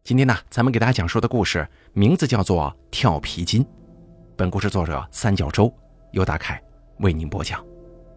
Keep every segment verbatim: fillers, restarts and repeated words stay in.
今天呢，咱们给大家讲述的故事名字叫做《跳皮筋》，本故事作者三角洲，由大凯为您播讲。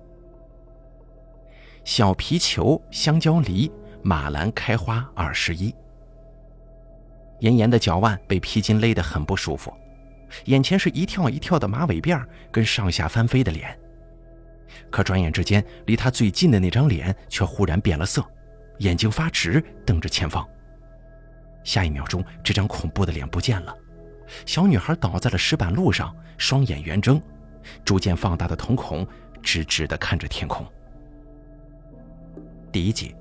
小皮球、香蕉梨、马兰开花二十一。妍妍的脚腕被皮筋勒得很不舒服，眼前是一跳一跳的马尾辫跟上下翻飞的脸，可转眼之间，离她最近的那张脸却忽然变了色，眼睛发直，瞪着前方。下一秒钟，这张恐怖的脸不见了，小女孩倒在了石板路上，双眼圆睁，逐渐放大的瞳孔直直地看着天空。第一集，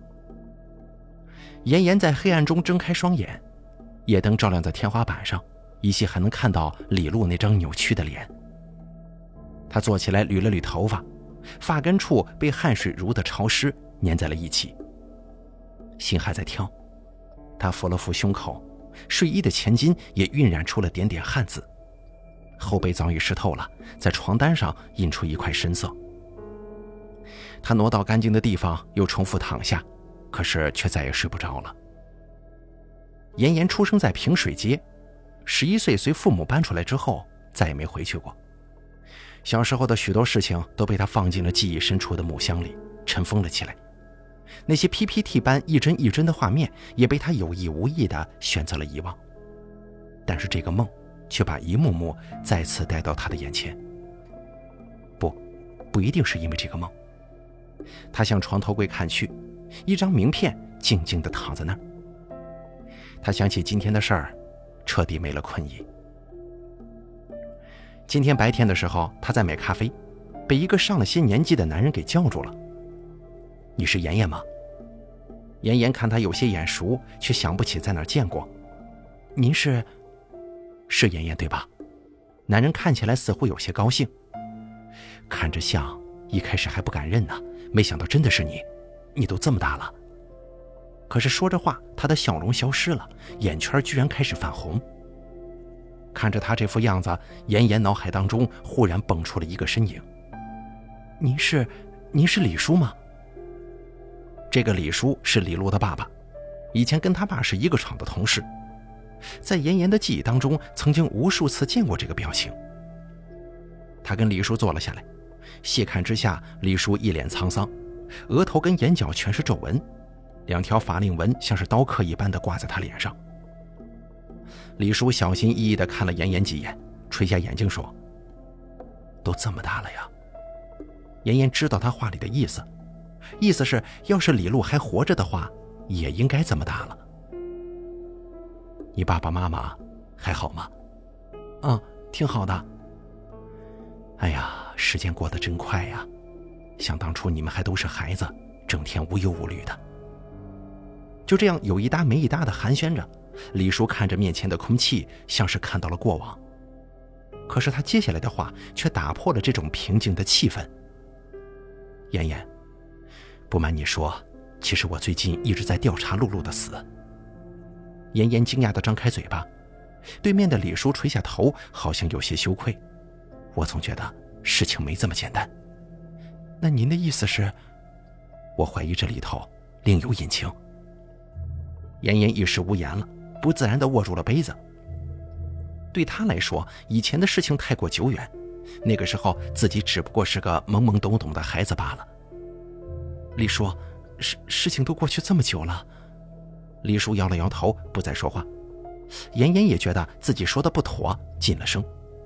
妍妍在黑暗中睁开双眼，夜灯照亮在天花板上，依稀还能看到李璐那张扭曲的脸。她坐起来捋了捋头发，发根处被汗水濡得潮湿，粘在了一起。心还在跳，她扶了扶胸口，睡衣的前襟也晕染出了点点汗渍，后背早已湿透了，在床单上印出一块深色。她挪到干净的地方，又重复躺下，可是却再也睡不着了。妍妍出生在平水街，十一岁随父母搬出来之后，再也没回去过。小时候的许多事情都被她放进了记忆深处的木箱里，尘封了起来。那些 P P T 般一帧一帧的画面，也被她有意无意地选择了遗忘。但是这个梦，却把一幕幕再次带到她的眼前。不，不一定是因为这个梦。她向床头柜看去，一张名片静静地躺在那儿。她想起今天的事儿，彻底没了困意。今天白天的时候，她在买咖啡，被一个上了些年纪的男人给叫住了。你是妍妍吗？妍妍看他有些眼熟，却想不起在哪儿见过。您是？是妍妍对吧？男人看起来似乎有些高兴。看着像，一开始还不敢认呢，没想到真的是你，你都这么大了。可是说着话，他的笑容消失了，眼圈居然开始泛红。看着他这副样子，妍妍脑海当中忽然蹦出了一个身影。您是，您是李叔吗？这个李叔是李璐的爸爸，以前跟他爸是一个厂的同事，在妍妍的记忆当中，曾经无数次见过这个表情。他跟李叔坐了下来，细看之下，李叔一脸沧桑，额头跟眼角全是皱纹，两条法令纹像是刀刻一般的挂在他脸上。李叔小心翼翼地看了妍妍几眼，垂下眼睛说：都这么大了呀。妍妍知道他话里的意思，意思是要是李璐还活着的话，也应该这么大了。你爸爸妈妈还好吗？嗯，挺好的。哎呀，时间过得真快呀，想当初你们还都是孩子，整天无忧无虑的。就这样有一搭没一搭的寒暄着，李叔看着面前的空气，像是看到了过往。可是他接下来的话却打破了这种平静的气氛。妍妍，不瞒你说，其实我最近一直在调查露露的死。妍妍惊讶地张开嘴巴，对面的李叔垂下头，好像有些羞愧。我总觉得事情没这么简单。那您的意思是？我怀疑这里头另有隐情。妍妍一时无言了，不自然地握住了杯子。对她来说，以前的事情太过久远，那个时候自己只不过是个懵懵懂懂的孩子罢了。李叔，事事情都过去这么久了。李叔摇了摇头，不再说话。妍妍也觉得自己说的不妥，噤了声。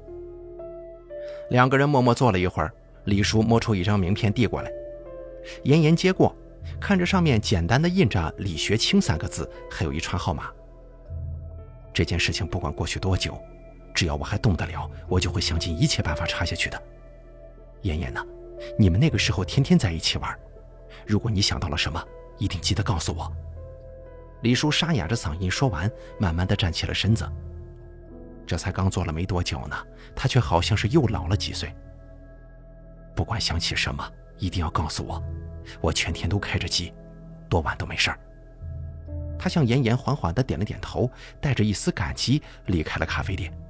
两个人默默坐了一会儿，李叔摸出一张名片递过来，妍妍接过，看着上面简单的印着李学清三个字，还有一串号码。这件事情不管过去多久，只要我还动得了，我就会想尽一切办法查下去的。妍妍呢，你们那个时候天天在一起玩，如果你想到了什么，一定记得告诉我。李叔沙哑着嗓音说完，慢慢地站起了身子。这才刚做了没多久呢，他却好像是又老了几岁。不管想起什么，一定要告诉我，我全天都开着机，多晚都没事儿。他向妍妍缓缓地点了点头，带着一丝感激离开了咖啡店。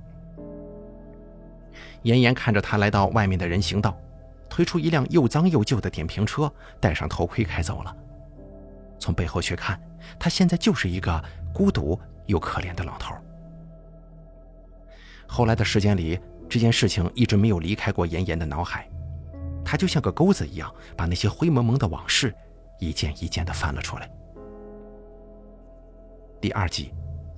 妍妍看着他来到外面的人行道，推出一辆又脏又旧的电瓶车，戴上头盔开走了。从背后去看，他现在就是一个孤独又可怜的老头。后来的时间里，这件事情一直没有离开过妍妍的脑海，他就像个钩子一样，把那些灰蒙蒙的往事一件一件地翻了出来。第二集，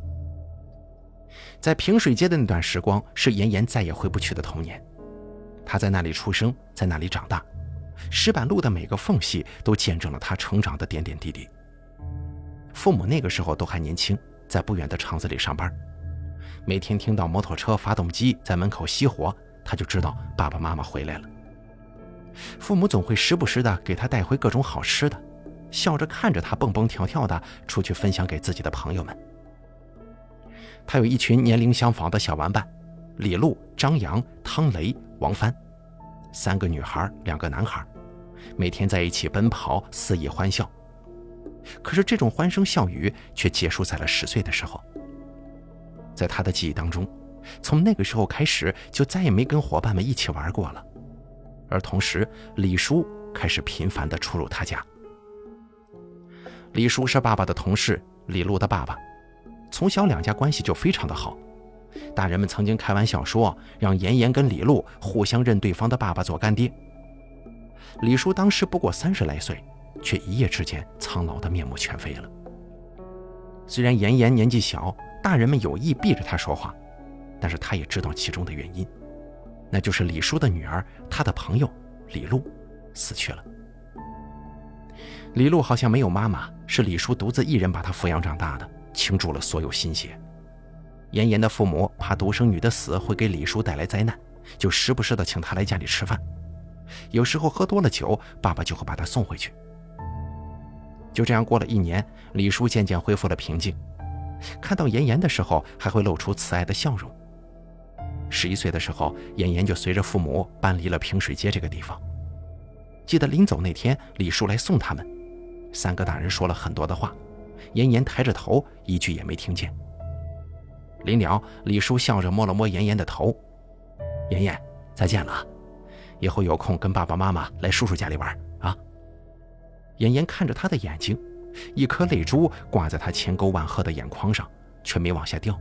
在平水街的那段时光是妍妍再也回不去的童年。她在那里出生，在那里长大，石板路的每个缝隙都见证了她成长的点点滴滴。父母那个时候都还年轻，在不远的厂子里上班，每天听到摩托车发动机在门口熄火，他就知道爸爸妈妈回来了。父母总会时不时的给他带回各种好吃的，笑着看着他蹦蹦跳跳的出去分享给自己的朋友们。他有一群年龄相仿的小玩伴，李璐、张扬、汤雷、王帆，三个女孩两个男孩，每天在一起奔跑，肆意欢笑。可是这种欢声笑语却结束在了十岁的时候。在他的记忆当中，从那个时候开始就再也没跟伙伴们一起玩过了。而同时，李叔开始频繁地出入他家。李叔是爸爸的同事，李璐的爸爸，从小两家关系就非常的好。大人们曾经开玩笑说，让妍妍跟李璐互相认对方的爸爸做干爹。李叔当时不过三十来岁，却一夜之间苍老的面目全非了。虽然妍妍年纪小，大人们有意逼着他说话，但是他也知道其中的原因，那就是李叔的女儿，他的朋友李璐死去了。李璐好像没有妈妈，是李叔独自一人把她抚养长大的，倾注了所有心血。妍妍的父母怕独生女的死会给李叔带来灾难，就时不时地请她来家里吃饭，有时候喝多了酒，爸爸就会把她送回去。就这样过了一年，李叔渐渐恢复了平静，看到妍妍的时候还会露出慈爱的笑容。十一岁的时候，妍妍就随着父母搬离了平水街这个地方。记得临走那天，李叔来送他们，三个大人说了很多的话，妍妍抬着头一句也没听见。临了，李叔笑着摸了摸妍妍的头，妍妍再见了，以后有空跟爸爸妈妈来叔叔家里玩啊。妍妍看着他的眼睛，一颗泪珠挂在他千沟万壑的眼眶上，却没往下掉。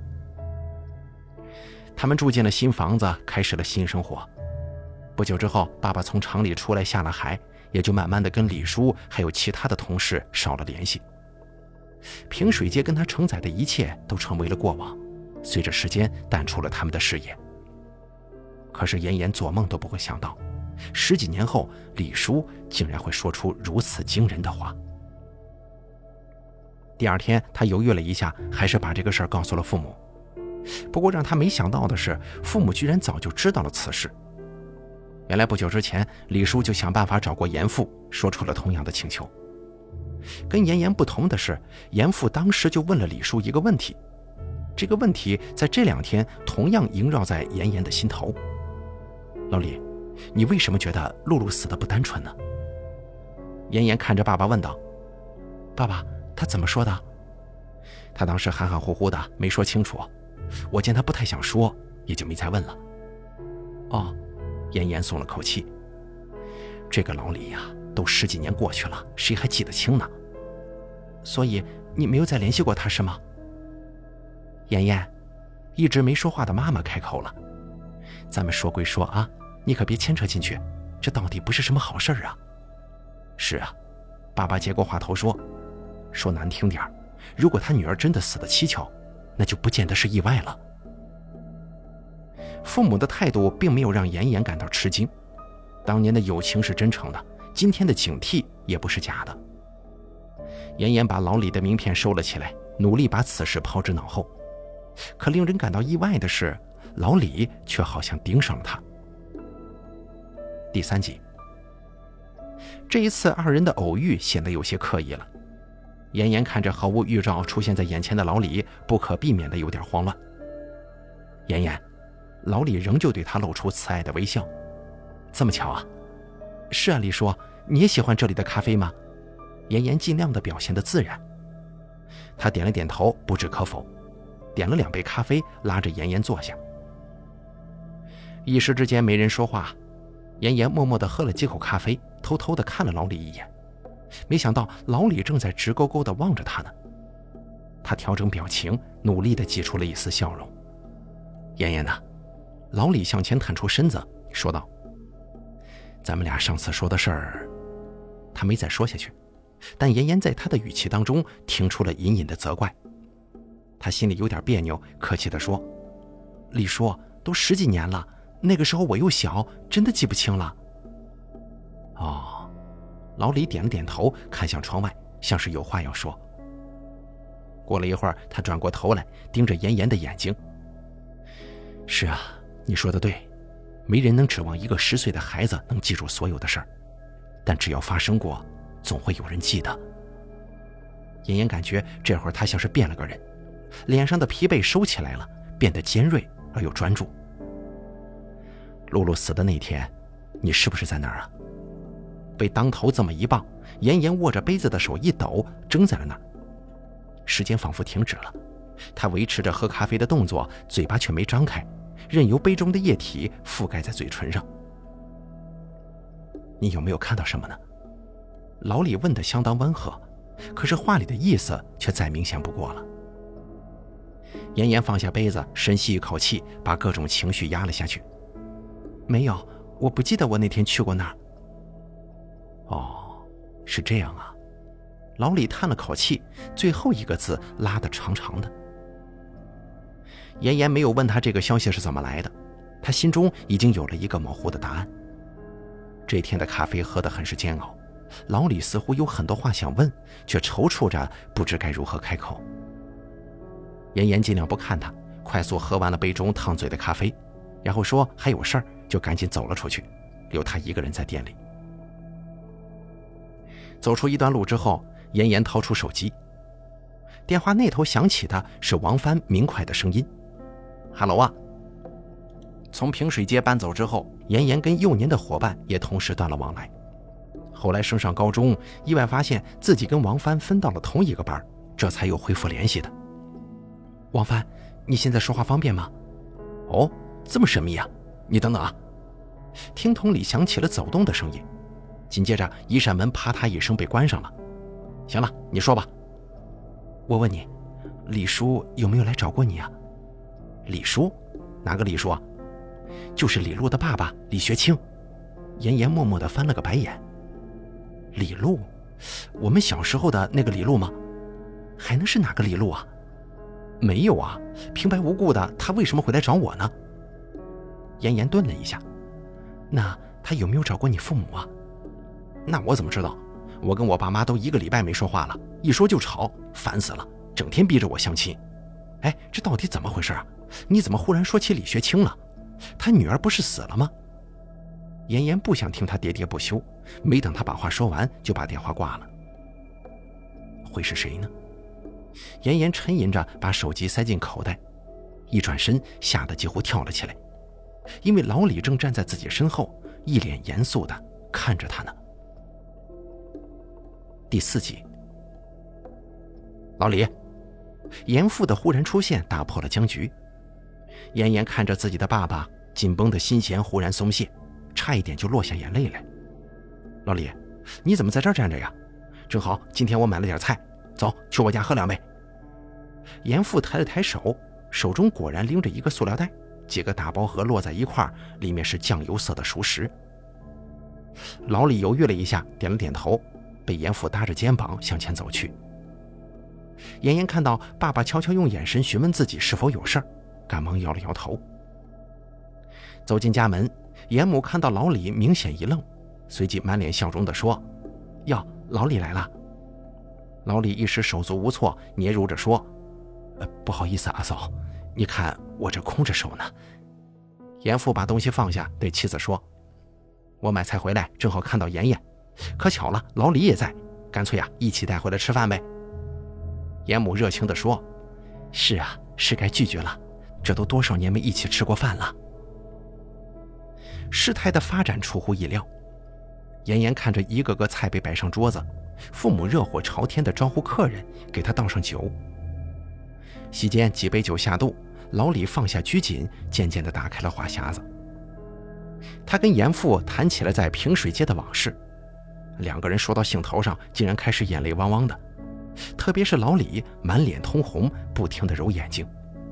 他们住进了新房子，开始了新生活。不久之后，爸爸从厂里出来下了海，也就慢慢的跟李叔还有其他的同事少了联系。平水街跟他承载的一切都成为了过往，随着时间淡出了他们的视野。可是妍妍做梦都不会想到，十几年后，李叔竟然会说出如此惊人的话。第二天，他犹豫了一下，还是把这个事儿告诉了父母。不过让他没想到的是，父母居然早就知道了此事。原来不久之前，李叔就想办法找过严父，说出了同样的请求。跟妍妍不同的是，严父当时就问了李叔一个问题，这个问题在这两天同样萦绕在妍妍的心头。老李，你为什么觉得露露死得不单纯呢？妍妍看着爸爸问道。爸爸，他怎么说的？他当时含含糊糊的没说清楚，我见他不太想说，也就没再问了。哦，妍妍松了口气。这个老李呀，都十几年过去了，谁还记得清呢？所以你没有再联系过他是吗？妍妍，一直没说话的妈妈开口了。咱们说归说啊，你可别牵扯进去，这到底不是什么好事啊。是啊，爸爸接过话头说，说难听点，如果他女儿真的死得蹊跷，那就不见得是意外了。父母的态度并没有让妍妍感到吃惊，当年的友情是真诚的，今天的警惕也不是假的。妍妍把老李的名片收了起来，努力把此事抛之脑后。可令人感到意外的是，老李却好像盯上了他。第三集，这一次二人的偶遇显得有些刻意了。妍妍看着毫无预兆出现在眼前的老李，不可避免的有点慌乱。妍妍，老李仍旧对她露出慈爱的微笑。这么巧啊？是啊，李叔，你也喜欢这里的咖啡吗？妍妍尽量的表现得自然。他点了点头，不置可否，点了两杯咖啡，拉着妍妍坐下。一时之间没人说话，妍妍默默地喝了几口咖啡，偷偷地看了老李一眼，没想到老李正在直勾勾地望着他呢。 他调整表情，努力地挤出了一丝笑容。妍妍呐，老李向前探出身子说道，咱们俩上次说的事儿。他没再说下去，但妍妍在他的语气当中听出了隐隐的责怪。他心里有点别扭，客气地说，李叔，都十几年了，那个时候我又小，真的记不清了。哦，老李点了点头，看向窗外，像是有话要说。过了一会儿，他转过头来，盯着妍妍的眼睛。是啊，你说的对，没人能指望一个十岁的孩子能记住所有的事儿，但只要发生过，总会有人记得。妍妍感觉这会儿他像是变了个人，脸上的疲惫收起来了，变得尖锐而又专注。露露死的那天，你是不是在那儿啊？被当头这么一棒，妍妍握着杯子的手一抖，怔在了那儿。时间仿佛停止了，她维持着喝咖啡的动作，嘴巴却没张开，任由杯中的液体覆盖在嘴唇上。你有没有看到什么呢？老李问得相当温和，可是话里的意思却再明显不过了。妍妍放下杯子，深吸一口气，把各种情绪压了下去。没有，我不记得我那天去过那儿。哦，是这样啊。老李叹了口气，最后一个字拉得长长的。妍妍没有问他这个消息是怎么来的，他心中已经有了一个模糊的答案。这天的咖啡喝得很是煎熬，老李似乎有很多话想问，却踌躇着不知该如何开口。妍妍尽量不看他，快速喝完了杯中烫嘴的咖啡，然后说还有事儿，就赶紧走了出去，留他一个人在店里。走出一段路之后，妍妍掏出手机，电话那头响起的是王帆明快的声音：哈喽啊。从平水街搬走之后，妍妍跟幼年的伙伴也同时断了往来。后来升上高中，意外发现自己跟王帆分到了同一个班，这才又恢复联系的。王帆，你现在说话方便吗？哦，这么神秘啊，你等等啊。听筒里响起了走动的声音，紧接着一扇门啪嗒一声被关上了。行了，你说吧。我问你，李叔有没有来找过你啊？李叔？哪个李叔啊？就是李璐的爸爸李学清。妍妍默默地翻了个白眼。李璐？我们小时候的那个李璐吗？还能是哪个李璐啊？没有啊，平白无故的他为什么会来找我呢？妍妍顿了一下。那他有没有找过你父母啊？那我怎么知道？我跟我爸妈都一个礼拜没说话了，一说就吵，烦死了，整天逼着我相亲。哎，这到底怎么回事啊？你怎么忽然说起李学清了？他女儿不是死了吗？妍妍不想听他喋喋不休，没等他把话说完，就把电话挂了。会是谁呢？妍妍沉吟着把手机塞进口袋，一转身吓得几乎跳了起来，因为老李正站在自己身后，一脸严肃地看着他呢。第四集，老李，严父的忽然出现打破了僵局。妍妍看着自己的爸爸，紧绷的心弦忽然松懈，差一点就落下眼泪来。老李，你怎么在这儿站着呀？正好今天我买了点菜，走，去我家喝两杯。严父抬了抬手，手中果然拎着一个塑料袋，几个大包盒落在一块儿，里面是酱油色的熟食。老李犹豫了一下，点了点头，被严父搭着肩膀向前走去。妍妍看到爸爸悄悄用眼神询问自己是否有事儿，赶忙摇了摇头。走进家门，严母看到老李明显一愣，随即满脸笑容地说：哟，老李来了。老李一时手足无措，嗫嚅着说：呃，不好意思，阿嫂，你看我这空着手呢。严父把东西放下，对妻子说：我买菜回来正好看到妍妍，可巧了，老李也在，干脆呀一起带回来吃饭呗。严母热情地说：是啊，是该拒绝了，这都多少年没一起吃过饭了。事态的发展出乎意料，妍妍看着一个个菜被摆上桌子，父母热火朝天地招呼客人，给他倒上酒。席间几杯酒下肚，老李放下拘谨，渐渐地打开了话匣子。他跟严父谈起了在平水街的往事，两个人说到兴头上，竟然开始眼泪汪汪的。 特别是老李满脸通红，不停地揉眼睛。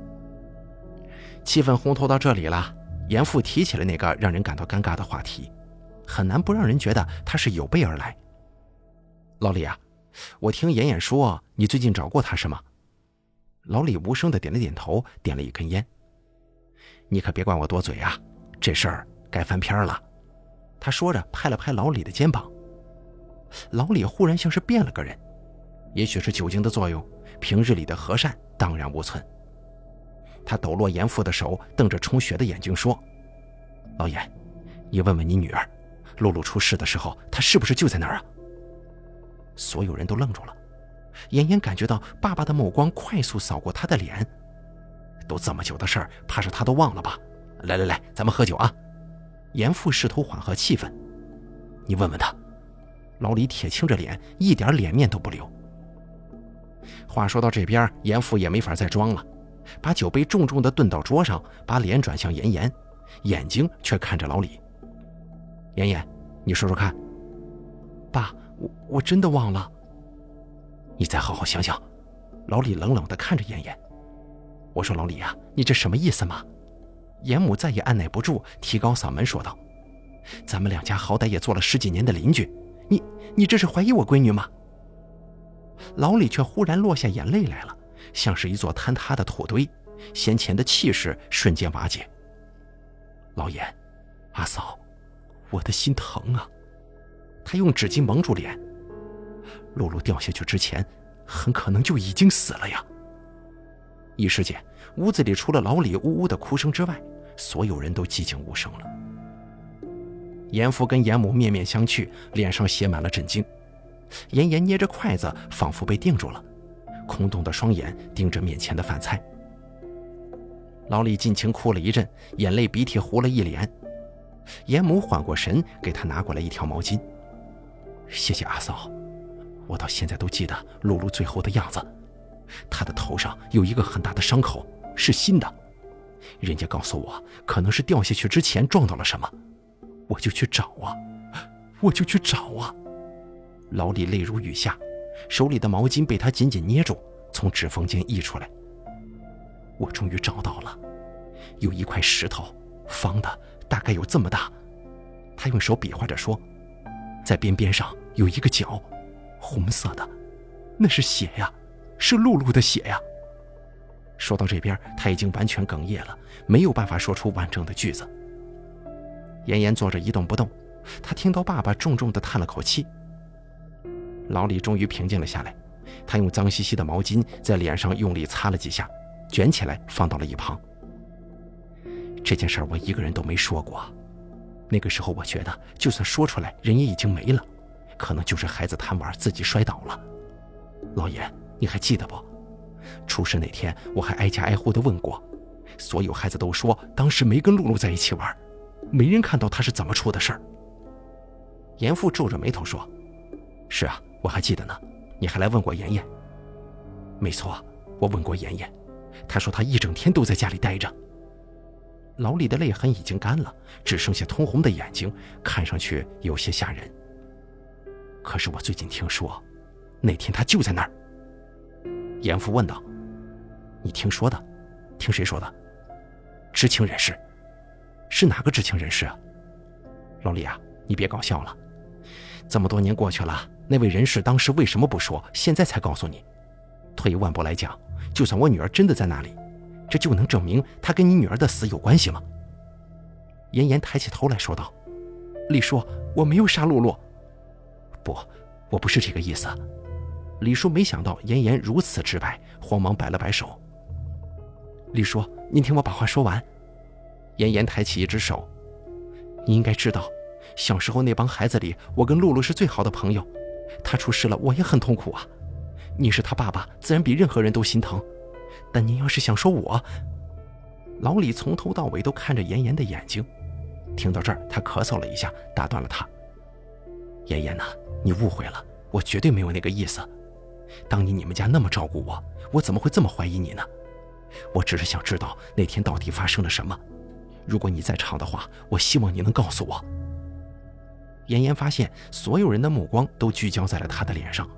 气氛烘托到这里了，严父提起了那个让人感到尴尬的话题，很难不让人觉得他是有备而来。老李啊，我听妍妍说你最近找过他是吗？老李无声地点了点头，点了一根烟。你可别怪我多嘴啊，这事儿该翻篇了。他说着拍了拍老李的肩膀。老李忽然像是变了个人，也许是酒精的作用，平日里的和善荡然无存。他抖落严父的手，瞪着充血的眼睛说：老严，你问问你女儿，露露出事的时候她是不是就在那儿啊？所有人都愣住了。严严感觉到爸爸的目光快速扫过他的脸，都这么久的事儿，怕是他都忘了吧？来来来，咱们喝酒啊！严父试图缓和气氛。你问问他。老李铁青着脸，一点脸面都不留。话说到这边，严父也没法再装了，把酒杯重重地顿到桌上，把脸转向严严，眼睛却看着老李。严严，你说说看。爸，我我真的忘了。你再好好想想。老李冷冷地看着严严。我说老李啊，你这什么意思嘛？严母再也按耐不住，提高嗓门说道：咱们两家好歹也做了十几年的邻居，你你这是怀疑我闺女吗？老李却忽然落下眼泪来了，像是一座坍塌的土堆，先前的气势瞬间瓦解。老严，阿嫂，我的心疼啊。他用纸巾蒙住脸。露露掉下去之前很可能就已经死了呀。一时间，屋子里除了老李呜呜的哭声之外，所有人都寂静无声了。严父跟严母面面相觑，脸上写满了震惊。严严捏着筷子，仿佛被定住了，空洞的双眼盯着面前的饭菜。老李尽情哭了一阵，眼泪鼻涕糊了一脸。严母缓过神，给他拿过来一条毛巾。谢谢阿嫂，我到现在都记得露露最后的样子，她的头上有一个很大的伤口，是新的。人家告诉我，可能是掉下去之前撞到了什么，我就去找啊，我就去找啊。老李泪如雨下，手里的毛巾被他紧紧捏住，从指缝间溢出来。我终于找到了，有一块石头，方的，大概有这么大。他用手比划着说，在边边上有一个角，红色的，那是血呀，是露露的血呀。说到这边，他已经完全哽咽了，没有办法说出完整的句子。严严坐着一动不动，他听到爸爸重重地叹了口气。老李终于平静了下来，他用脏兮兮的毛巾在脸上用力擦了几下，卷起来放到了一旁。这件事我一个人都没说过，那个时候我觉得就算说出来人也已经没了，可能就是孩子贪玩自己摔倒了。老爷，你还记得不？出事那天我还挨家挨户地问过，所有孩子都说当时没跟露露在一起玩，没人看到她是怎么出的事儿。严父皱着眉头说，是啊，我还记得呢，你还来问过妍妍。没错，我问过妍妍，她说她一整天都在家里待着。老李的泪痕已经干了，只剩下通红的眼睛，看上去有些吓人。可是我最近听说，那天她就在那儿。严父问道，你听说的？听谁说的？知情人士。是哪个知情人士啊？老李啊，你别搞笑了，这么多年过去了，那位人士当时为什么不说，现在才告诉你？退一万步来讲，就算我女儿真的在那里，这就能证明她跟你女儿的死有关系吗？严严抬起头来说道，李叔，我没有杀露露。不，我不是这个意思。李叔没想到严严如此直白，慌忙摆了摆手。李叔，您听我把话说完。严严抬起一只手，你应该知道，小时候那帮孩子里，我跟露露是最好的朋友，她出事了，我也很痛苦啊。你是她爸爸，自然比任何人都心疼，但您要是想说我……老李从头到尾都看着严严的眼睛，听到这儿，他咳嗽了一下，打断了他。严严呐，你误会了，我绝对没有那个意思。当年你们家那么照顾我，我怎么会这么怀疑你呢？我只是想知道那天到底发生了什么。如果你在场的话，我希望你能告诉我。严严发现所有人的目光都聚焦在了他的脸上，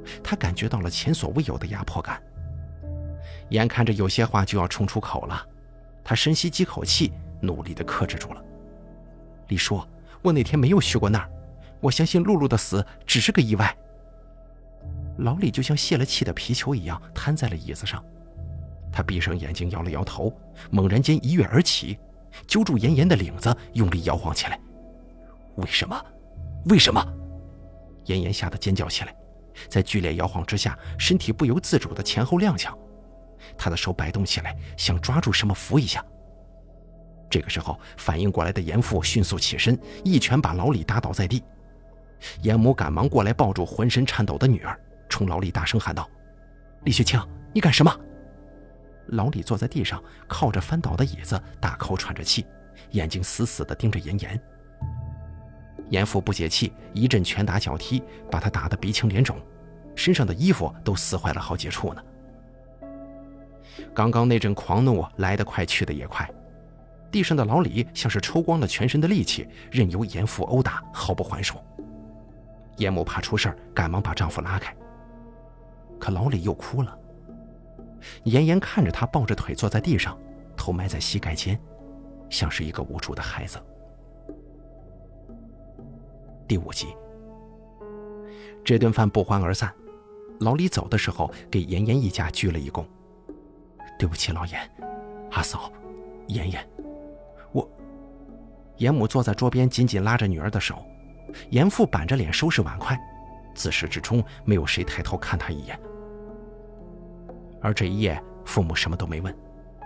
他感觉到了前所未有的压迫感。眼看着有些话就要冲出口了，他深吸几口气，努力地克制住了。李叔，我那天没有去过那儿，我相信露露的死只是个意外。老李就像泄了气的皮球一样瘫在了椅子上，他闭上眼睛摇了摇头，猛然间一跃而起，揪住妍妍的领子，用力摇晃起来。为什么？为什么？妍妍吓得尖叫起来，在剧烈摇晃之下，身体不由自主地前后踉跄，她的手摆动起来，想抓住什么扶一下。这个时候反应过来的严父迅速起身，一拳把老李打倒在地。严母赶忙过来抱住浑身颤抖的女儿，冲老李大声喊道：李学清，你干什么？老李坐在地上，靠着翻倒的椅子，大口喘着气，眼睛死死地盯着妍妍。严父不解气，一阵拳打脚踢，把他打得鼻青脸肿，身上的衣服都撕坏了好几处呢。刚刚那阵狂怒来得快去得也快，地上的老李像是抽光了全身的力气，任由严父殴打，毫不还手。严母怕出事，赶忙把丈夫拉开，可老李又哭了。妍妍看着他抱着腿坐在地上，头埋在膝盖间，像是一个无助的孩子。第五集，这顿饭不欢而散。老李走的时候给妍妍一家鞠了一躬：对不起老严，阿嫂，妍妍，我……严母坐在桌边紧紧拉着女儿的手，严父板着脸收拾碗筷，自始至终没有谁抬头看他一眼。而这一夜父母什么都没问。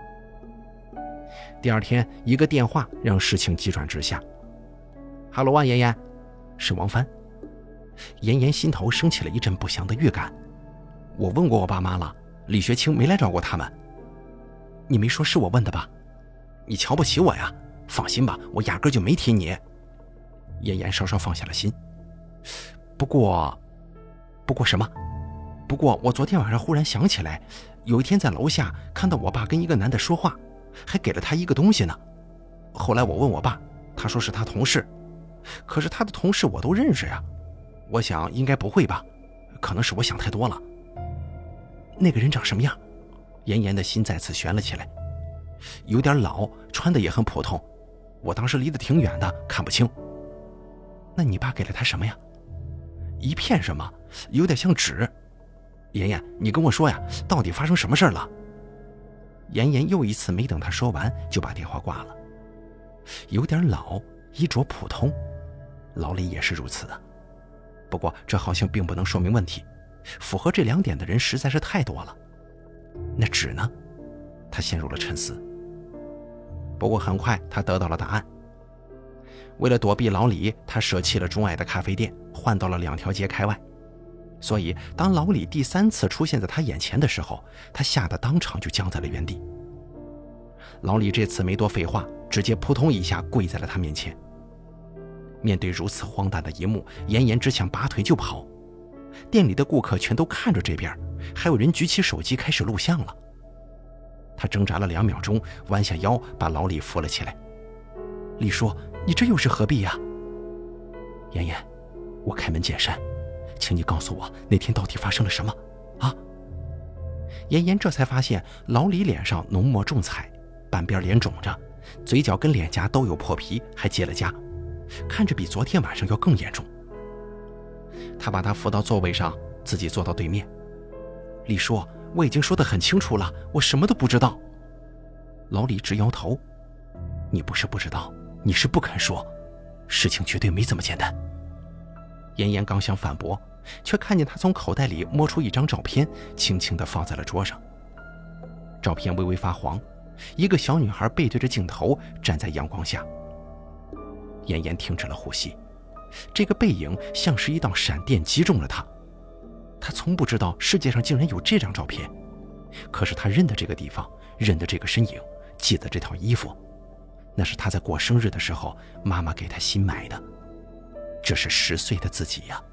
第二天一个电话让事情急转直下。哈喽啊，妍妍，是王帆。妍妍心头升起了一阵不祥的预感。我问过我爸妈了，李学清没来找过他们。你没说是我问的吧？你瞧不起我呀？放心吧，我压根就没提你。妍妍稍稍放下了心。不过不过什么？不过我昨天晚上忽然想起来，有一天在楼下看到我爸跟一个男的说话，还给了他一个东西呢。后来我问我爸，他说是他同事，可是他的同事我都认识呀。我想应该不会吧，可能是我想太多了。那个人长什么样？妍妍的心再次悬了起来。有点老，穿的也很普通，我当时离得挺远的，看不清。那你爸给了他什么呀？一片什么？有点像纸。妍妍，你跟我说呀，到底发生什么事了？妍妍又一次没等他说完就把电话挂了。有点老，衣着普通，老李也是如此的。不过这好像并不能说明问题，符合这两点的人实在是太多了。那纸呢？他陷入了沉思。不过很快他得到了答案。为了躲避老李，他舍弃了钟爱的咖啡店，换到了两条街开外。所以当老李第三次出现在他眼前的时候，他吓得当场就僵在了原地。老李这次没多废话，直接扑通一下跪在了他面前。面对如此荒诞的一幕，妍妍只想拔腿就跑。店里的顾客全都看着这边，还有人举起手机开始录像了。他挣扎了两秒钟，弯下腰把老李扶了起来。李叔，你这又是何必呀？妍妍，我开门见山，请你告诉我那天到底发生了什么啊？妍妍这才发现老李脸上浓墨重彩，半边脸肿着，嘴角跟脸颊都有破皮，还结了痂，看着比昨天晚上要更严重。他把他扶到座位上，自己坐到对面。李叔，我已经说得很清楚了，我什么都不知道。老李直摇头。你不是不知道，你是不肯说，事情绝对没这么简单。妍妍刚想反驳，却看见他从口袋里摸出一张照片，轻轻地放在了桌上。照片微微发黄，一个小女孩背对着镜头站在阳光下。妍妍停止了呼吸，这个背影像是一道闪电击中了她。她从不知道世界上竟然有这张照片，可是她认得这个地方，认得这个身影，记得这套衣服，那是她在过生日的时候妈妈给她新买的。这是十岁的自己呀。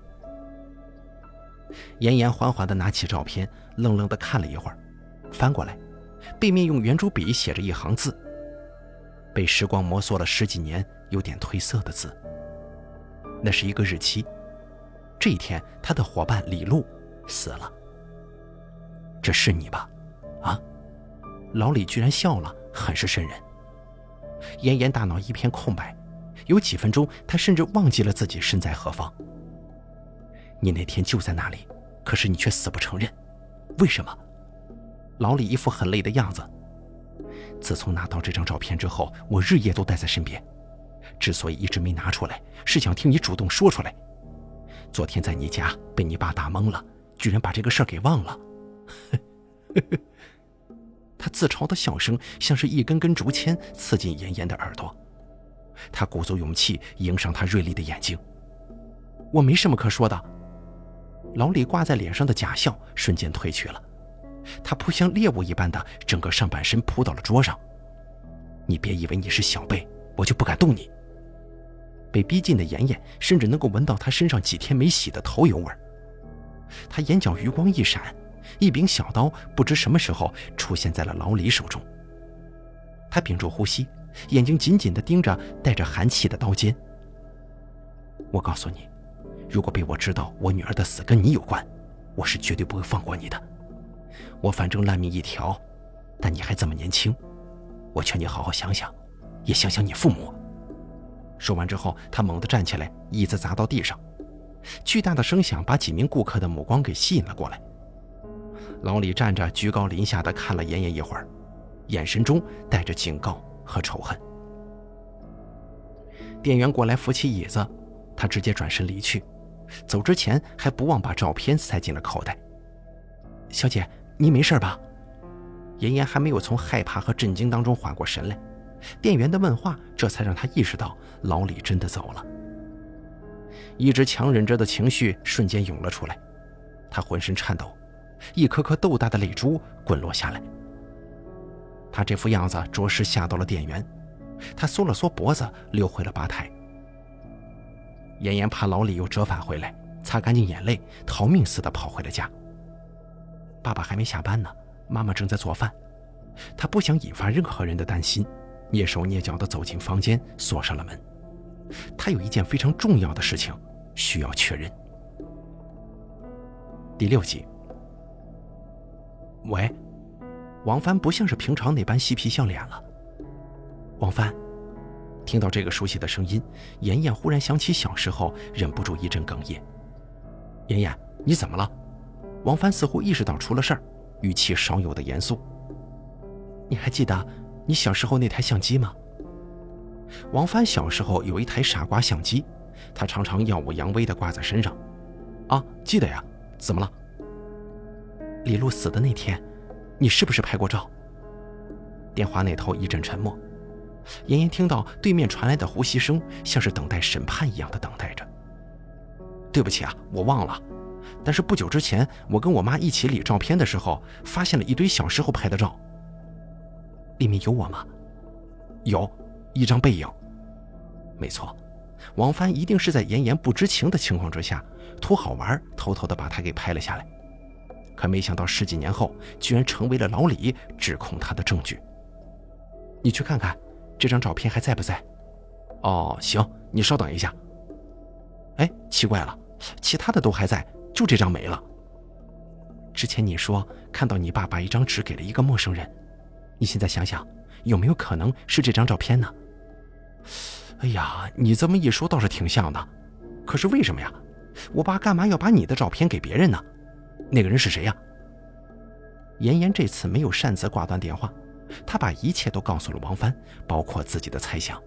妍妍缓缓地拿起照片，愣愣地看了一会儿，翻过来，背面用圆珠笔写着一行字，被时光摩挲了十几年，有点褪色的字。那是一个日期，这一天他的伙伴李璐死了。这是你吧？啊？老李居然笑了，很是瘆人。妍妍大脑一片空白，有几分钟她甚至忘记了自己身在何方。你那天就在那里，可是你却死不承认，为什么？老李一副很累的样子。自从拿到这张照片之后，我日夜都带在身边，之所以一直没拿出来，是想听你主动说出来。昨天在你家被你爸打懵了，居然把这个事儿给忘了。他自嘲的笑声像是一根根竹签刺进妍妍的耳朵，他鼓足勇气迎上他锐利的眼睛。我没什么可说的。老李挂在脸上的假笑瞬间褪去了，他扑向猎物一般的整个上半身扑到了桌上。你别以为你是小贝，我就不敢动你。被逼近的妍妍甚至能够闻到他身上几天没洗的头油味儿。他眼角余光一闪，一柄小刀不知什么时候出现在了老李手中。他屏住呼吸，眼睛紧紧地盯着带着寒气的刀尖。我告诉你，如果被我知道我女儿的死跟你有关，我是绝对不会放过你的。我反正烂命一条，但你还这么年轻，我劝你好好想想，也想想你父母。说完之后，他猛地站起来，椅子砸到地上，巨大的声响把几名顾客的目光给吸引了过来。老李站着居高临下地看了妍妍一会儿，眼神中带着警告和仇恨。店员过来扶起椅子，他直接转身离去，走之前还不忘把照片塞进了口袋。小姐，你没事吧？妍妍还没有从害怕和震惊当中缓过神来，店员的问话这才让她意识到老李真的走了。一直强忍着的情绪瞬间涌了出来，她浑身颤抖，一颗颗豆大的泪珠滚落下来。她这副样子着实吓到了店员，她缩了缩脖子溜回了吧台。妍妍怕老李又折返回来，擦干净眼泪，逃命似的跑回了家。爸爸还没下班呢，妈妈正在做饭，她不想引发任何人的担心，蹑手蹑脚地走进房间，锁上了门。她有一件非常重要的事情需要确认。第六集。喂，王帆不像是平常那般嬉皮笑脸了。王帆，听到这个熟悉的声音，妍妍忽然想起小时候，忍不住一阵哽咽。妍妍，你怎么了？王帆似乎意识到出了事儿，语气少有的严肃。你还记得你小时候那台相机吗？王帆小时候有一台傻瓜相机，他常常耀武扬威地挂在身上。啊，记得呀，怎么了？李璐死的那天，你是不是拍过照？电话那头一阵沉默，妍妍听到对面传来的呼吸声，像是等待审判一样的等待着。对不起啊，我忘了。但是不久之前，我跟我妈一起理照片的时候，发现了一堆小时候拍的照。里面有我吗？有，一张背影。没错，王帆一定是在妍妍不知情的情况之下，图好玩，偷偷地把她给拍了下来。可没想到十几年后，居然成为了老李指控他的证据。你去看看，这张照片还在不在？哦，行，你稍等一下。哎，奇怪了，其他的都还在，就这张没了。之前你说看到你爸把一张纸给了一个陌生人，你现在想想，有没有可能是这张照片呢？哎呀，你这么一说倒是挺像的，可是为什么呀？我爸干嘛要把你的照片给别人呢？那个人是谁呀？妍妍这次没有擅自挂断电话，她把一切都告诉了王帆，包括自己的猜想。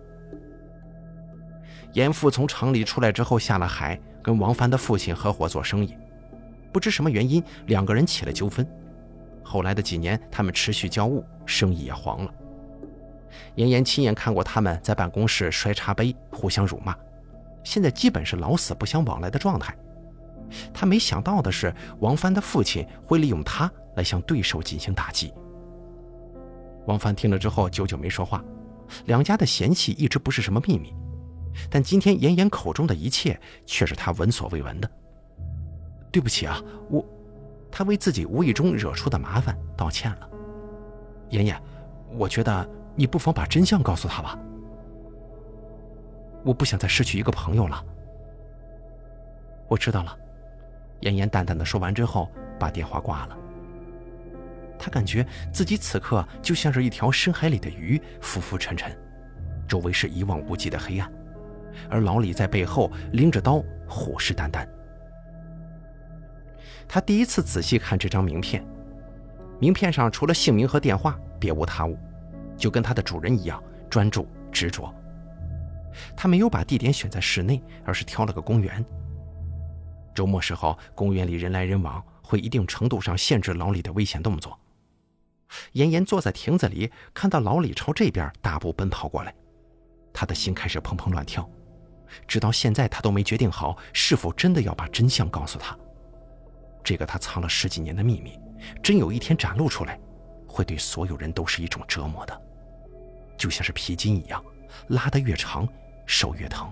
严父从厂里出来之后下了海，跟王帆的父亲合伙做生意，不知什么原因，两个人起了纠纷。后来的几年，他们持续交恶，生意也黄了。妍妍亲眼看过他们在办公室摔茶杯，互相辱骂，现在基本是老死不相往来的状态。他没想到的是，王帆的父亲会利用他来向对手进行打击。王帆听了之后久久没说话，两家的嫌隙一直不是什么秘密，但今天妍妍口中的一切却是他闻所未闻的。对不起啊，我……他为自己无意中惹出的麻烦道歉了。妍妍，我觉得你不妨把真相告诉他吧。我不想再失去一个朋友了。我知道了。 妍妍淡淡的说完之后，把电话挂了。他感觉自己此刻就像是一条深海里的鱼，浮浮沉沉，周围是一望无际的黑暗，而老李在背后拎着刀，虎视眈眈。他第一次仔细看这张名片，名片上除了姓名和电话，别无他物，就跟他的主人一样专注执着。他没有把地点选在室内，而是挑了个公园。周末时候，公园里人来人往，会一定程度上限制老李的危险动作。妍妍坐在亭子里，看到老李朝这边大步奔跑过来，他的心开始砰砰乱跳。直到现在，他都没决定好是否真的要把真相告诉他。这个他藏了十几年的秘密，真有一天展露出来，会对所有人都是一种折磨的，就像是皮筋一样，拉得越长，手越疼。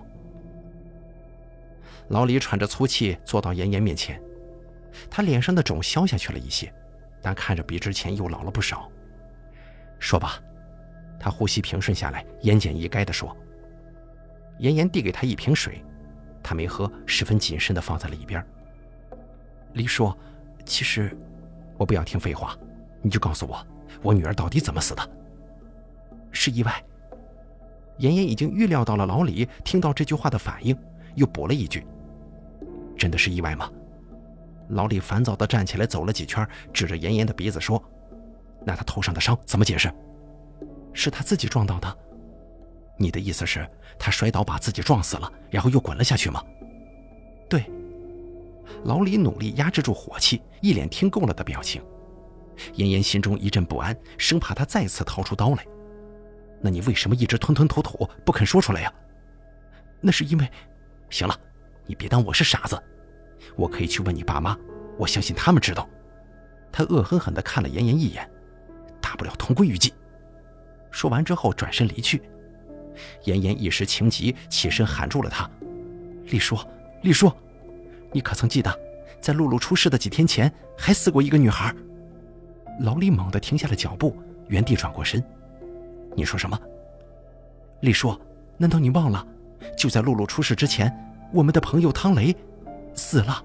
老李喘着粗气坐到妍妍面前，他脸上的肿消下去了一些，但看着比之前又老了不少。说吧，他呼吸平顺下来，言简意赅地说。妍妍递给他一瓶水，他没喝，十分谨慎地放在了一边。李说，其实我不要听废话，你就告诉我，我女儿到底怎么死的？是意外。妍妍已经预料到了老李听到这句话的反应，又补了一句，真的是意外吗？老李烦躁地站起来走了几圈，指着妍妍的鼻子说，那他头上的伤怎么解释？是他自己撞到的。你的意思是他摔倒把自己撞死了，然后又滚了下去吗？对。老李努力压制住火气，一脸听够了的表情。妍妍心中一阵不安，生怕他再次掏出刀来。那你为什么一直吞吞吐吐不肯说出来呀？那是因为……行了，你别当我是傻子，我可以去问你爸妈，我相信他们知道。他恶狠狠地看了妍妍一眼，大不了同归于尽。说完之后转身离去。妍妍一时情急，起身喊住了他，丽说，丽说，你可曾记得在露露出事的几天前还死过一个女孩？老李猛地停下了脚步，原地转过身。你说什么？丽说，难道你忘了，就在露露出事之前，我们的朋友汤雷死了。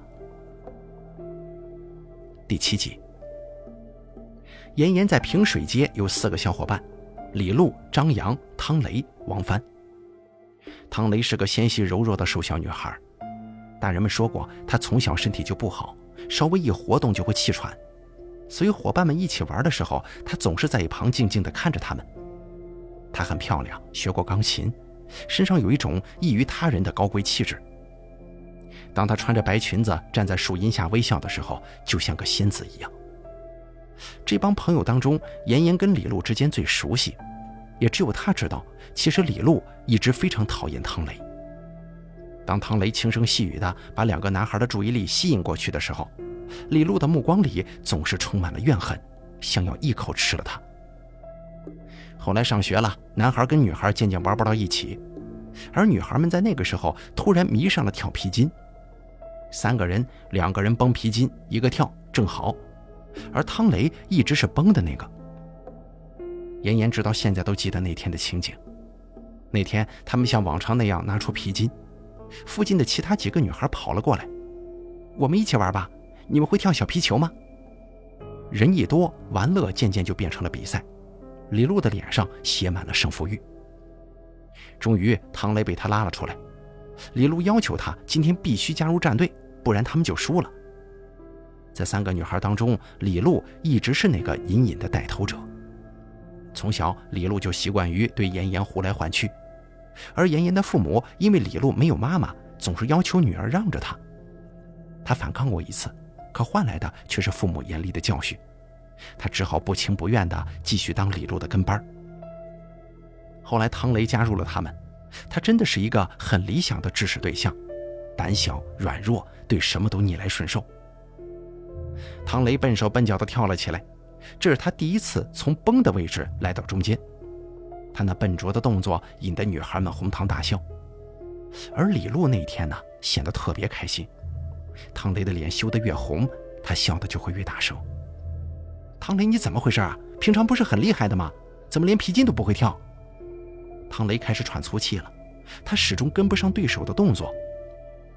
第七集。妍妍在平水街有四个小伙伴，李璐、张扬、汤雷、王帆。汤雷是个纤细柔弱的瘦小女孩，大人们说过她从小身体就不好，稍微一活动就会气喘，所以伙伴们一起玩的时候，她总是在一旁静静地看着他们。她很漂亮，学过钢琴，身上有一种异于他人的高贵气质。当她穿着白裙子站在树荫下微笑的时候，就像个仙子一样。这帮朋友当中，妍妍跟李璐之间最熟悉，也只有她知道，其实李璐一直非常讨厌汤雷。当汤雷轻声细语地把两个男孩的注意力吸引过去的时候，李璐的目光里总是充满了怨恨，想要一口吃了他。后来上学了，男孩跟女孩渐渐玩不到一起，而女孩们在那个时候突然迷上了跳皮筋。三个人，两个人绷皮筋，一个跳，正好。而汤雷一直是绷的那个。妍妍直到现在都记得那天的情景。那天他们像往常那样拿出皮筋，附近的其他几个女孩跑了过来，我们一起玩吧，你们会跳小皮球吗？人一多，玩乐渐渐就变成了比赛，李璐的脸上写满了胜负欲。终于汤雷被他拉了出来，李璐要求他今天必须加入战队，不然他们就输了。在三个女孩当中，李璐一直是那个隐隐的带头者。从小李璐就习惯于对妍妍呼来唤去，而妍妍的父母因为李璐没有妈妈，总是要求女儿让着她。她反抗过一次，可换来的却是父母严厉的教训，她只好不情不愿地继续当李璐的跟班。后来汤雷加入了他们，他真的是一个很理想的支持对象，胆小软弱，对什么都逆来顺受。汤雷笨手笨脚地跳了起来，这是他第一次从绷的位置来到中间。他那笨拙的动作引得女孩们哄堂大笑。而李璐那天呢，显得特别开心。汤雷的脸羞得越红，他笑得就会越大声。汤雷，你怎么回事啊？平常不是很厉害的吗？怎么连皮筋都不会跳？汤雷开始喘粗气了，他始终跟不上对手的动作。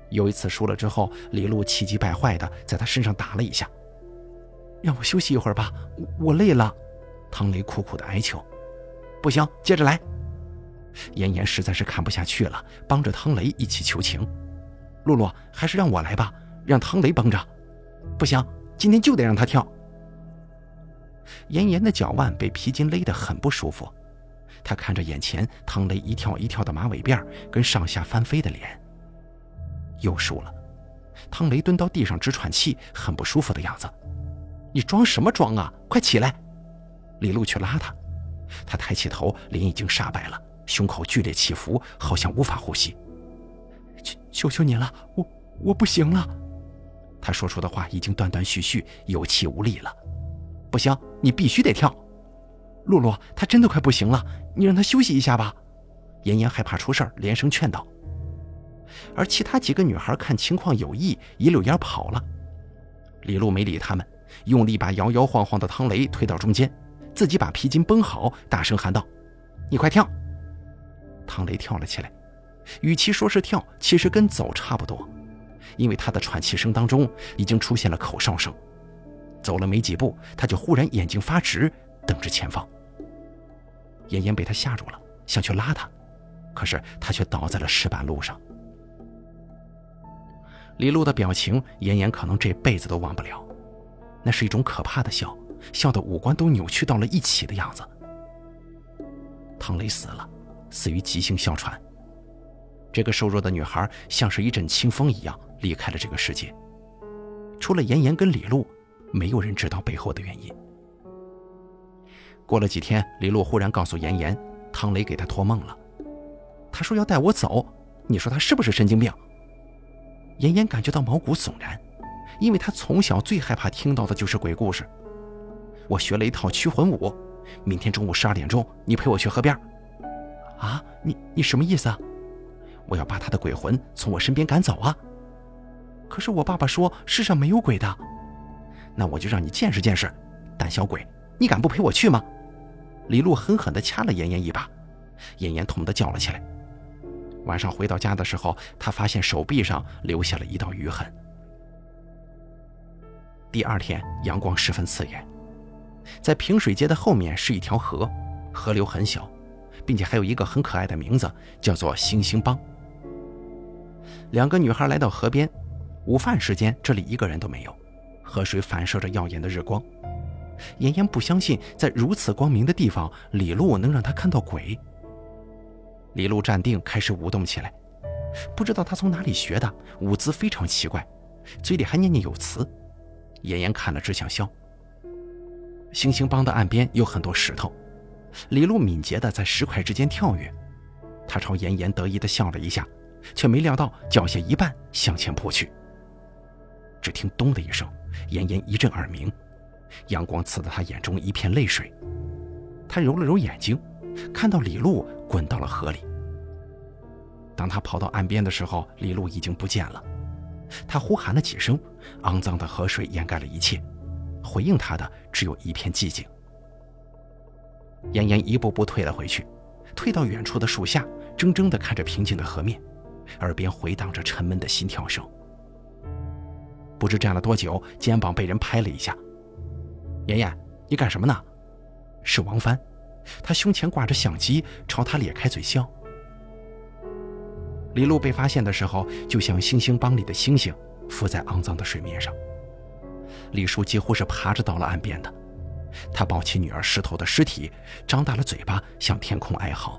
有一次输了之后，李璐气急败坏的在他身上打了一下。让我休息一会儿吧，我累了。汤雷苦苦的哀求。不行，接着来。妍妍实在是看不下去了，帮着汤雷一起求情。露露，还是让我来吧，让汤雷帮着。不行，今天就得让他跳。妍妍的脚腕被皮筋勒得很不舒服，她看着眼前汤雷一跳一跳的马尾辫跟上下翻飞的脸，又输了。汤雷蹲到地上直喘气，很不舒服的样子。你装什么装啊，快起来。李璐去拉他，他抬起头，脸已经煞白了，胸口剧烈起伏，好像无法呼吸。求求求你了，我我不行了。他说出的话已经断断续续，有气无力了。不行，你必须得跳。露露，他真的快不行了，你让他休息一下吧。妍妍害怕出事儿，连声劝导。而其他几个女孩看情况有异，一溜烟跑了。李璐没理他们，用力把摇摇晃晃的汤雷推到中间，自己把皮筋绷好，大声喊道：你快跳。汤雷跳了起来，与其说是跳，其实跟走差不多，因为他的喘气声当中已经出现了口哨声。走了没几步，他就忽然眼睛发直，瞪着前方。妍妍被他吓住了，想去拉他，可是他却倒在了石板路上。李璐的表情，妍妍可能这辈子都忘不了，那是一种可怕的笑，笑得五官都扭曲到了一起的样子。汤雷死了，死于急性哮喘。这个瘦弱的女孩像是一阵清风一样离开了这个世界。除了妍妍跟李璐，没有人知道背后的原因。过了几天，李璐忽然告诉妍妍，汤雷给她托梦了。他说要带我走，你说他是不是神经病？妍妍感觉到毛骨悚然，因为她从小最害怕听到的就是鬼故事。我学了一套驱魂舞，明天中午十二点钟，你陪我去河边。啊，你你什么意思啊？我要把他的鬼魂从我身边赶走啊！可是我爸爸说世上没有鬼的。那我就让你见识见识，胆小鬼，你敢不陪我去吗？李璐狠狠地掐了妍妍一把，妍妍痛得叫了起来。晚上回到家的时候，她发现手臂上留下了一道淤痕。第二天阳光十分刺眼，在平水街的后面是一条河，河流很小，并且还有一个很可爱的名字，叫做星星帮。两个女孩来到河边，午饭时间这里一个人都没有，河水反射着耀眼的日光。妍妍不相信在如此光明的地方，李璐能让她看到鬼。李璐站定，开始舞动起来，不知道她从哪里学的，舞姿非常奇怪，嘴里还念念有词。妍妍看了只想笑。星星帮的岸边有很多石头，李璐敏捷地在石块之间跳跃，她朝妍妍得意地笑了一下，却没料到脚下一绊，向前扑去。只听咚的一声，妍妍一阵耳鸣，阳光刺得她眼中一片泪水。她揉了揉眼睛，看到李璐滚到了河里。当她跑到岸边的时候，李璐已经不见了。她呼喊了几声，肮脏的河水掩盖了一切，回应她的只有一片寂静。妍妍一步步退了回去，退到远处的树下，怔怔地看着平静的河面，耳边回荡着沉闷的心跳声。不知站了多久，肩膀被人拍了一下。妍妍，你干什么呢？是王帆，他胸前挂着相机，朝他咧开嘴笑。李璐被发现的时候，就像星星帮里的星星，浮在肮脏的水面上。李叔几乎是爬着到了岸边的，他抱起女儿湿透的尸体，张大了嘴巴向天空哀嚎。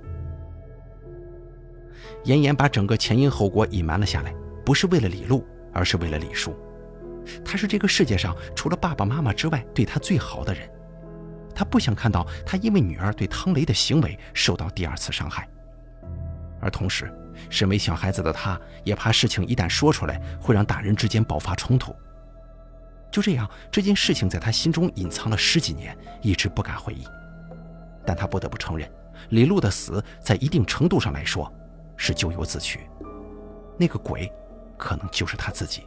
妍妍把整个前因后果隐瞒了下来，不是为了李璐，而是为了李叔。他是这个世界上除了爸爸妈妈之外对他最好的人，他不想看到他因为女儿对汤雷的行为受到第二次伤害。而同时，身为小孩子的他也怕事情一旦说出来会让大人之间爆发冲突。就这样，这件事情在他心中隐藏了十几年，一直不敢回忆。但他不得不承认，李璐的死在一定程度上来说是咎由自取，那个鬼可能就是他自己。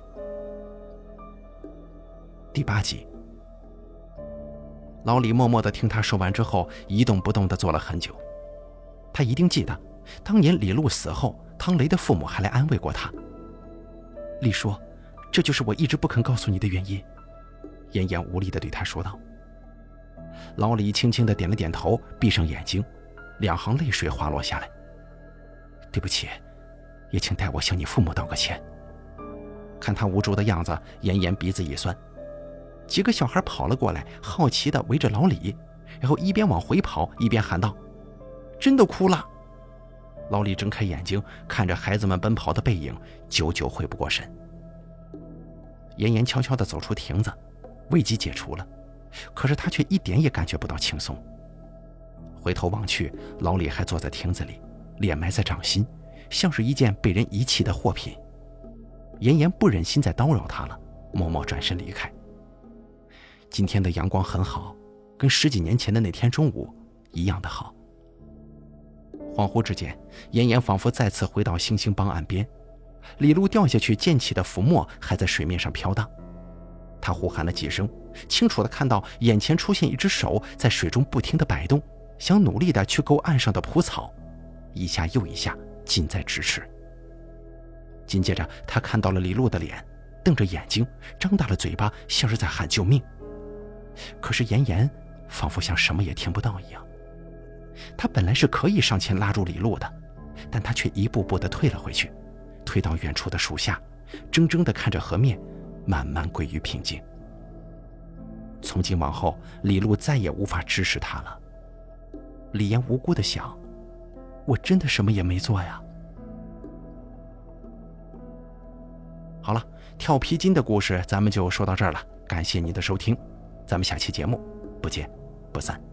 第八集，老李默默地听他说完之后，一动不动地坐了很久。他一定记得当年李璐死后，汤雷的父母还来安慰过他。 丽说，这就是我一直不肯告诉你的原因。妍妍无力地对他说道。老李轻轻地点了点头，闭上眼睛，两行泪水滑落下来。对不起，也请代我向你父母道个歉。看他无助的样子，妍妍鼻子一酸。几个小孩跑了过来，好奇地围着老李，然后一边往回跑一边喊道，真的哭了。老李睁开眼睛，看着孩子们奔跑的背影，久久回不过神。妍妍悄悄地走出亭子，危机解除了，可是他却一点也感觉不到轻松。回头望去，老李还坐在亭子里，脸埋在掌心，像是一件被人遗弃的货品。妍妍不忍心再叨扰他了，默默转身离开。今天的阳光很好，跟十几年前的那天中午一样的好。恍惚之间，妍妍仿佛再次回到星星帮岸边，李璐掉下去溅起的浮沫还在水面上飘荡。他呼喊了几声，清楚地看到眼前出现一只手在水中不停地摆动，想努力地去勾岸上的蒲草，一下又一下，近在咫尺。紧接着他看到了李璐的脸，瞪着眼睛，张大了嘴巴，像是在喊救命。可是妍妍仿佛像什么也听不到一样。他本来是可以上前拉住李璐的，但他却一步步地退了回去，退到远处的树下，怔怔地看着河面慢慢归于平静。从今往后，李璐再也无法支持他了。李岩无辜地想，我真的什么也没做呀。好了，跳皮筋的故事咱们就说到这儿了，感谢您的收听，咱们下期节目不见不散。